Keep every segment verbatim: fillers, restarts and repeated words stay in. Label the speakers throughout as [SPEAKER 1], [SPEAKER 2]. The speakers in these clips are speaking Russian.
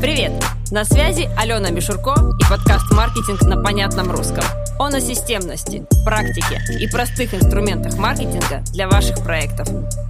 [SPEAKER 1] Привет! На связи Алена Мишурко и подкаст «Маркетинг на понятном русском». Он о системности, практике и простых инструментах маркетинга для ваших проектов.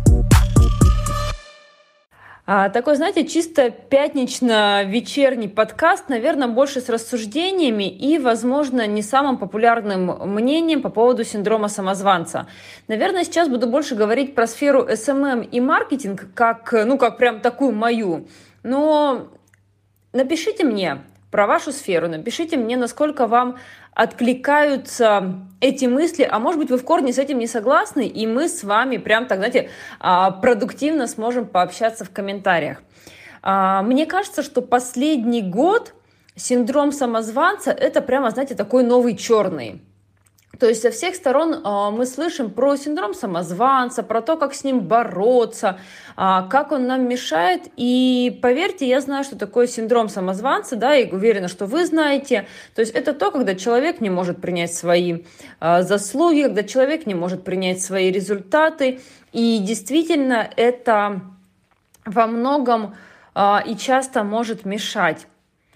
[SPEAKER 1] А, такой, знаете, чисто пятнично-вечерний подкаст, наверное, больше с рассуждениями и, возможно, не самым популярным мнением по поводу синдрома самозванца. Наверное, сейчас буду больше говорить про сферу эс эм эм и маркетинг, как, ну, как прям такую мою. Но напишите мне про вашу сферу, напишите мне, насколько вам откликаются эти мысли, а может быть, вы в корне с этим не согласны, и мы с вами прям так, знаете, продуктивно сможем пообщаться в комментариях. Мне кажется, что последний год синдром самозванца – это прямо, знаете, такой новый черный. То есть со всех сторон э, мы слышим про синдром самозванца, про то, как с ним бороться, э, как он нам мешает. И поверьте, я знаю, что такое синдром самозванца, да, и уверена, что вы знаете. То есть это то, когда человек не может принять свои э, заслуги, когда человек не может принять свои результаты. И действительно это во многом э, и часто может мешать.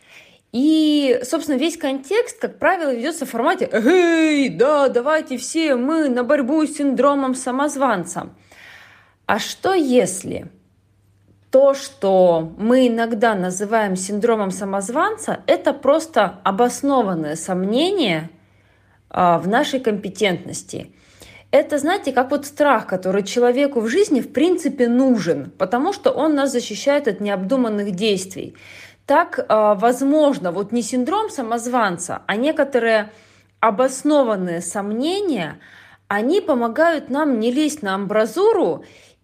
[SPEAKER 1] И, собственно, весь контекст, как правило, ведется в формате «Эй, да, давайте все мы на борьбу с синдромом самозванца». А что если то, что мы иногда называем синдромом самозванца, это просто обоснованное сомнение а, в нашей компетентности? Это, знаете, как вот страх, который человеку в жизни в принципе нужен, потому что он нас защищает от необдуманных действий. Так, возможно, вот не синдром самозванца, а некоторые обоснованные сомнения, они помогают нам не лезть на амбразуру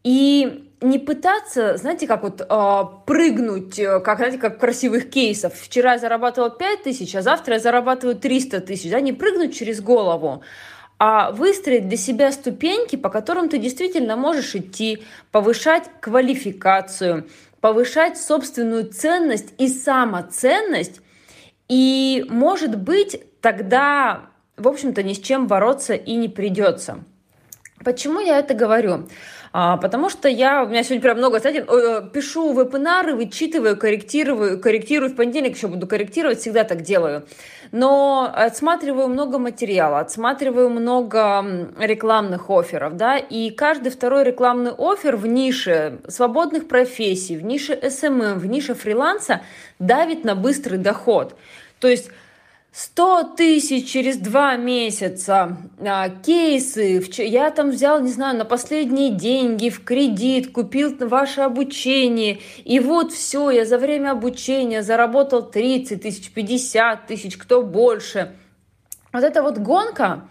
[SPEAKER 1] и не пытаться, знаете, как вот прыгнуть, как, знаете, как в красивых кейсах. Вчера я зарабатывала пять тысяч, а завтра я зарабатываю триста тысяч. Да? Не прыгнуть через голову, а выстроить для себя ступеньки, по которым ты действительно можешь идти, повышать квалификацию, повышать собственную ценность и самоценность, и, может быть, тогда, в общем-то, ни с чем бороться и не придется. Почему я это говорю? А, потому что я, у меня сегодня прям много, знаете, пишу вебинары, вычитываю, корректирую, корректирую, в понедельник еще буду корректировать, всегда так делаю. Но отсматриваю много материала, отсматриваю много рекламных офферов, да, и каждый второй рекламный оффер в нише свободных профессий, в нише эс эм эм, в нише фриланса давит на быстрый доход. То есть сто тысяч через два месяца, а, кейсы, я там взял, не знаю, на последние деньги, в кредит, купил ваше обучение, и вот все, я за время обучения заработал тридцать тысяч, пятьдесят тысяч, кто больше. Вот эта вот гонка,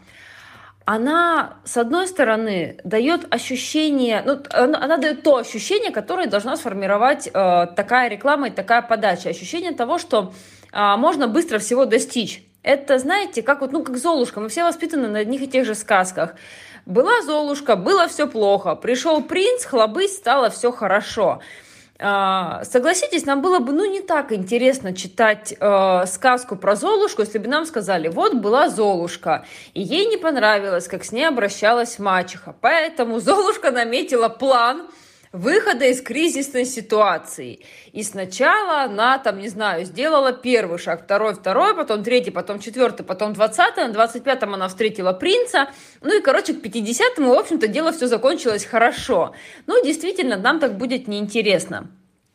[SPEAKER 1] она, с одной стороны, дает ощущение, ну, она, она дает то ощущение, которое должна сформировать э, такая реклама и такая подача. Ощущение того, что э, можно быстро всего достичь. Это, знаете, как вот, ну, как Золушка. Мы все воспитаны на одних и тех же сказках. Была Золушка, было все плохо. Пришел принц, хлобысь, стало все хорошо. Согласитесь, нам было бы, ну, не так интересно читать э, сказку про Золушку, если бы нам сказали, вот была Золушка, и ей не понравилось, как с ней обращалась мачеха, поэтому Золушка наметила план выхода из кризисной ситуации. И сначала она, там, не знаю, сделала первый шаг, второй, второй, потом третий, потом четвертый, потом двадцатый, на двадцать пятом она встретила принца, ну и, короче, к пятидесятому, в общем-то, дело все закончилось хорошо. Ну, действительно, нам так будет неинтересно.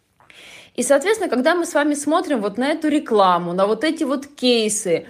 [SPEAKER 1] И, соответственно, когда мы с вами смотрим вот на эту рекламу, на вот эти вот кейсы,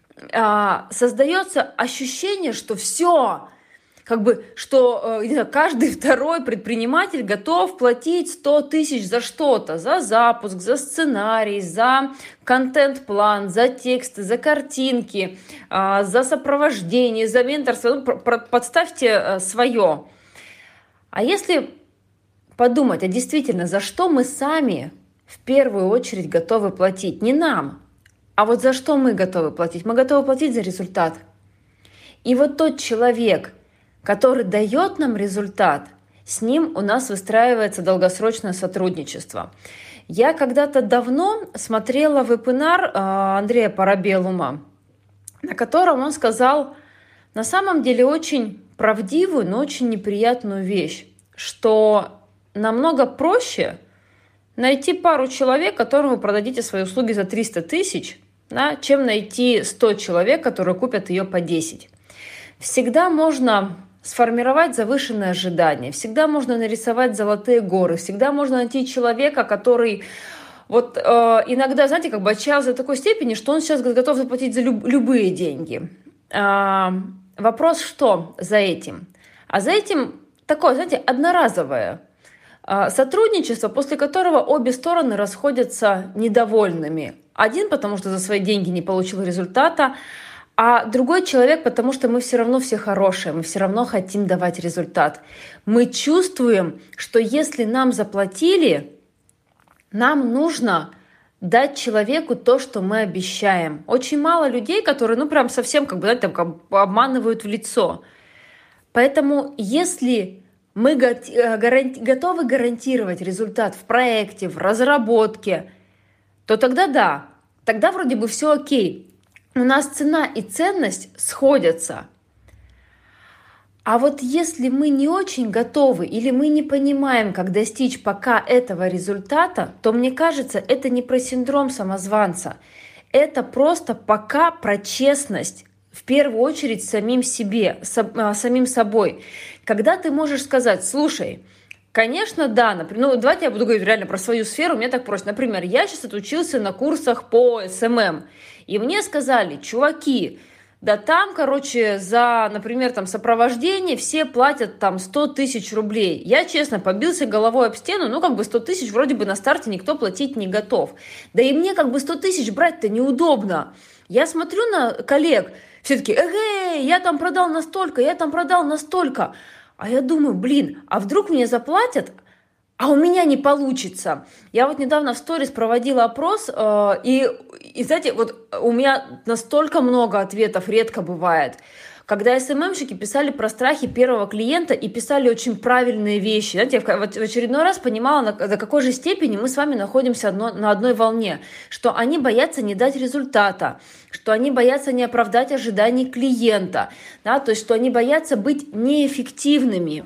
[SPEAKER 1] создается ощущение, что все, как бы, что не знаю, каждый второй предприниматель готов платить сто тысяч за что-то, за запуск, за сценарий, за контент-план, за тексты, за картинки, за сопровождение, за менторство. Ну, подставьте свое. А если подумать, а действительно, за что мы сами в первую очередь готовы платить? Не нам, а вот за что мы готовы платить? Мы готовы платить за результат. И вот тот человек, который дает нам результат, с ним у нас выстраивается долгосрочное сотрудничество. Я когда-то давно смотрела вебинар Андрея Парабеллума, на котором он сказал на самом деле очень правдивую, но очень неприятную вещь, что намного проще найти пару человек, которым вы продадите свои услуги за триста тысяч, да, чем найти сто человек, которые купят ее по десять. Всегда можно сформировать завышенные ожидания, всегда можно нарисовать золотые горы, всегда можно найти человека, который вот э, иногда, знаете, как бы отчаялся до такой степени, что он сейчас готов заплатить за люб- любые деньги. Э, вопрос, что за этим? А за этим такое, знаете, одноразовое э, сотрудничество, после которого обе стороны расходятся недовольными. Один, потому что за свои деньги не получил результата, а другой человек, потому что мы все равно все хорошие, мы все равно хотим давать результат. Мы чувствуем, что если нам заплатили, нам нужно дать человеку то, что мы обещаем. Очень мало людей, которые, ну, прям совсем, как бы, знаете, там, как бы обманывают в лицо. Поэтому, если мы готовы гарантировать результат в проекте, в разработке, то тогда да, тогда вроде бы все окей. У нас цена и ценность сходятся. А вот если мы не очень готовы или мы не понимаем, как достичь пока этого результата, то, мне кажется, это не про синдром самозванца. Это просто пока про честность, в первую очередь самим себе, самим собой. Когда ты можешь сказать: слушай, конечно, да, например, ну давайте я буду говорить реально про свою сферу, мне так проще. Например, я сейчас отучился на курсах по эс эм эм, и мне сказали: чуваки, да там, короче, за, например, там сопровождение все платят там сто тысяч рублей. Я, честно, побился головой об стену, ну как бы сто тысяч вроде бы на старте никто платить не готов. Да и мне как бы сто тысяч брать-то неудобно. Я смотрю на коллег, все таки: эгэй, я там продал настолько, я там продал настолько. А я думаю, блин, а вдруг мне заплатят, а у меня не получится. Я вот недавно в сторис проводила опрос, э, и, и, знаете, вот у меня настолько много ответов редко бывает. Когда эс эм эм-щики писали про страхи первого клиента и писали очень правильные вещи. Знаете, я в очередной раз понимала, до какой же степени мы с вами находимся одно, на одной волне. Что они боятся не дать результата, что они боятся не оправдать ожиданий клиента, да, то есть что они боятся быть неэффективными.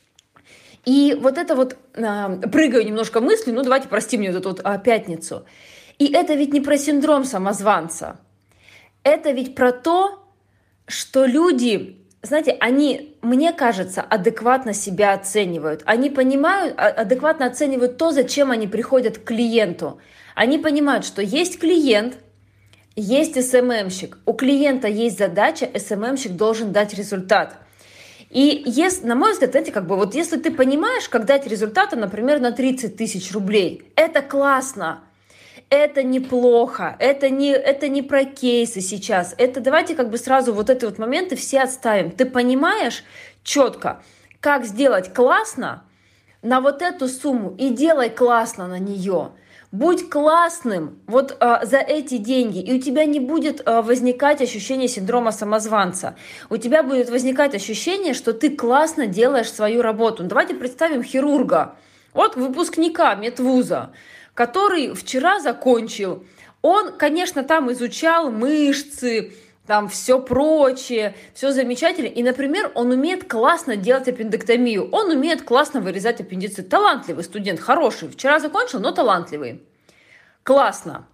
[SPEAKER 1] И вот это вот, э, прыгаю немножко мыслью, ну давайте прости мне вот эту вот а, пятницу. И это ведь не про синдром самозванца. Это ведь про то, что люди, знаете, они, мне кажется, адекватно себя оценивают. Они понимают, адекватно оценивают то, зачем они приходят к клиенту. Они понимают, что есть клиент, есть эс эм эм-щик. У клиента есть задача, эс эм эм-щик должен дать результат. И если, на мой взгляд, знаете, как бы вот если ты понимаешь, как дать результаты, например, на тридцать тысяч рублей, это классно. Это неплохо, это не, это не про кейсы сейчас. Это давайте как бы сразу вот эти вот моменты все отставим. Ты понимаешь четко, как сделать классно на вот эту сумму и делай классно на нее. Будь классным вот а, за эти деньги, и у тебя не будет а, возникать ощущение синдрома самозванца. У тебя будет возникать ощущение, что ты классно делаешь свою работу. Ну, давайте представим хирурга, вот выпускника медвуза, который вчера закончил. Он, конечно, там изучал мышцы, там все прочее, все замечательно. И, например, он умеет классно делать аппендэктомию. Он умеет классно вырезать аппендицит. Талантливый студент, хороший. Вчера закончил, но талантливый. Классно.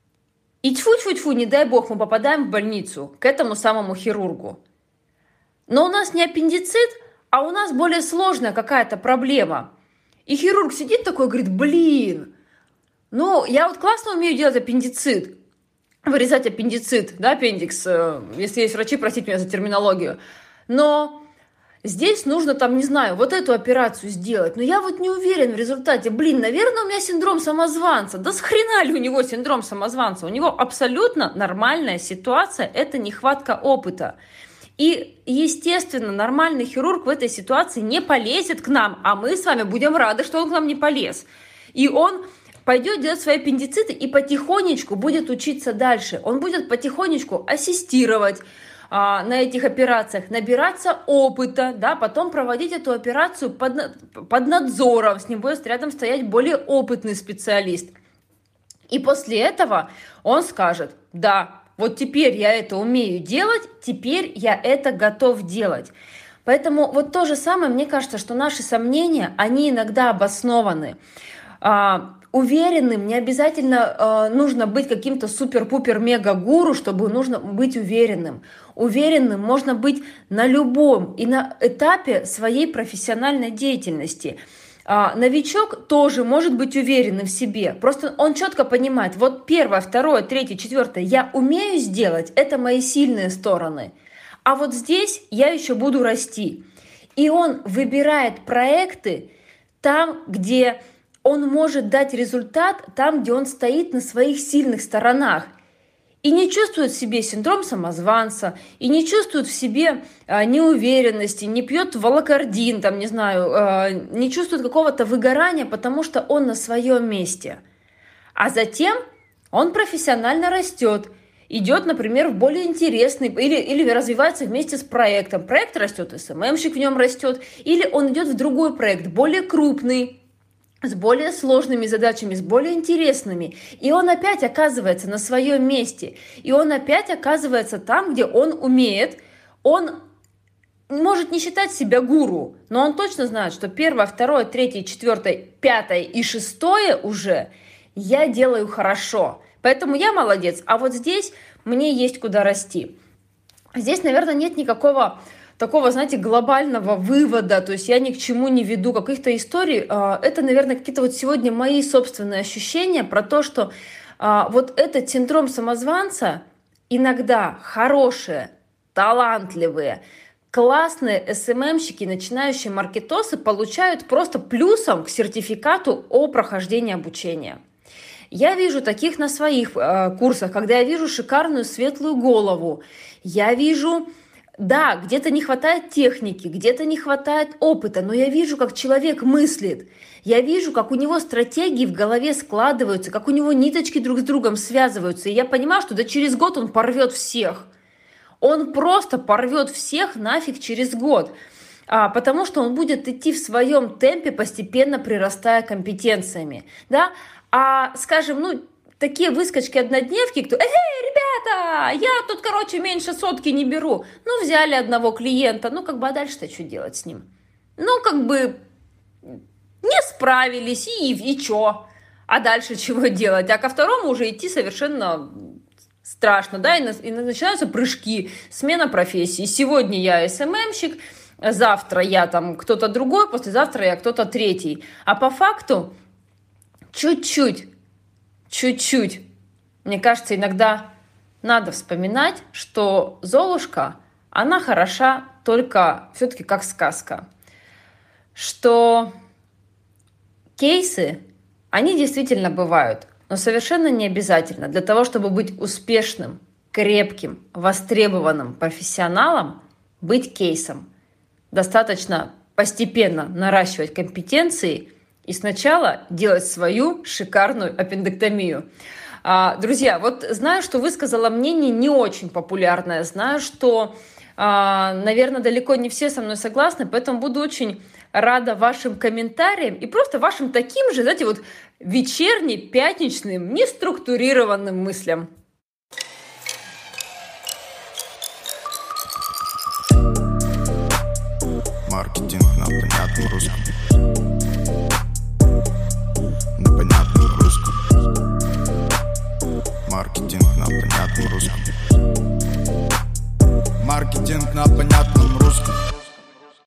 [SPEAKER 1] И тьфу-тьфу-тьфу, не дай бог, мы попадаем в больницу к этому самому хирургу. Но у нас не аппендицит, а у нас более сложная какая-то проблема. И хирург сидит такой, говорит: блин, ну, я вот классно умею делать аппендицит, вырезать аппендицит, да, аппендикс, если есть врачи, простите меня за терминологию. Но здесь нужно там, не знаю, вот эту операцию сделать. Но я вот не уверен в результате. Блин, наверное, у меня синдром самозванца. Да с хрена ли у него синдром самозванца? У него абсолютно нормальная ситуация, это нехватка опыта. И, естественно, нормальный хирург в этой ситуации не полезет к нам, а мы с вами будем рады, что он к нам не полез. И он пойдет делать свои аппендициты и потихонечку будет учиться дальше. Он будет потихонечку ассистировать а, на этих операциях, набираться опыта, да, потом проводить эту операцию под, под надзором. С ним будет рядом стоять более опытный специалист. И после этого он скажет: да, вот теперь я это умею делать, теперь я это готов делать. Поэтому вот то же самое, мне кажется, что наши сомнения, они иногда обоснованы. Уверенным не обязательно э, нужно быть каким-то супер-пупер-мега-гуру, чтобы нужно быть уверенным. Уверенным можно быть на любом и на этапе своей профессиональной деятельности. А, новичок тоже может быть уверенным в себе. Просто он четко понимает, вот первое, второе, третье, четвертое я умею сделать, это мои сильные стороны. А вот здесь я еще буду расти. И он выбирает проекты там, где он может дать результат, там, где он стоит на своих сильных сторонах. И не чувствует в себе синдром самозванца, и не чувствует в себе а, неуверенности, не пьет волокордин, там, не знаю, а, не чувствует какого-то выгорания, потому что он на своем месте. А затем он профессионально растет, идет, например, в более интересный, или, или развивается вместе с проектом. Проект растет, эс эм эм-щик в нем растет, или он идет в другой проект, более крупный, с более сложными задачами, с более интересными. И он опять оказывается на своем месте. И он опять оказывается там, где он умеет. Он может не считать себя гуру, но он точно знает, что первое, второе, третье, четвертое, пятое и шестое уже я делаю хорошо. Поэтому я молодец. А вот здесь мне есть куда расти. Здесь, наверное, нет никакого такого, знаете, глобального вывода, то есть я ни к чему не веду каких-то историй. Это, наверное, какие-то вот сегодня мои собственные ощущения про то, что вот этот синдром самозванца иногда хорошие, талантливые, классные эс эм эм-щики, начинающие маркетосы получают просто плюсом к сертификату о прохождении обучения. Я вижу таких на своих э, курсах, когда я вижу шикарную светлую голову, я вижу... Да, где-то не хватает техники, где-то не хватает опыта, но я вижу, как человек мыслит. Я вижу, как у него стратегии в голове складываются, как у него ниточки друг с другом связываются. И я понимаю, что да через год он порвет всех. Он просто порвет всех нафиг через год. А, потому что он будет идти в своем темпе, постепенно прирастая компетенциями. Да? А, скажем, ну... такие выскочки-однодневки, кто, эй, ребята, я тут, короче, меньше сотки не беру. Ну, взяли одного клиента, ну, как бы, а дальше-то что делать с ним? Ну, как бы, не справились, и, и чё? А дальше чего делать? А ко второму уже идти совершенно страшно, да, и, на, и начинаются прыжки, смена профессии. Сегодня я эс эм эм-щик, завтра я там кто-то другой, послезавтра я кто-то третий. А по факту чуть-чуть, Чуть-чуть. Мне кажется, иногда надо вспоминать, что Золушка, она хороша только все-таки как сказка. Что кейсы, они действительно бывают, но совершенно не обязательно. Для того, чтобы быть успешным, крепким, востребованным профессионалом, быть кейсом. Достаточно постепенно наращивать компетенции и сначала делать свою шикарную аппендэктомию. А, друзья, вот знаю, что высказала мнение не очень популярное, знаю, что, а, наверное, далеко не все со мной согласны, поэтому буду очень рада вашим комментариям и просто вашим таким же, знаете, вот вечерним, пятничным, неструктурированным мыслям.
[SPEAKER 2] Маркетинг на понятном русском. На понятном русском. Маркетинг на понятном русском. Маркетинг на понятном русском.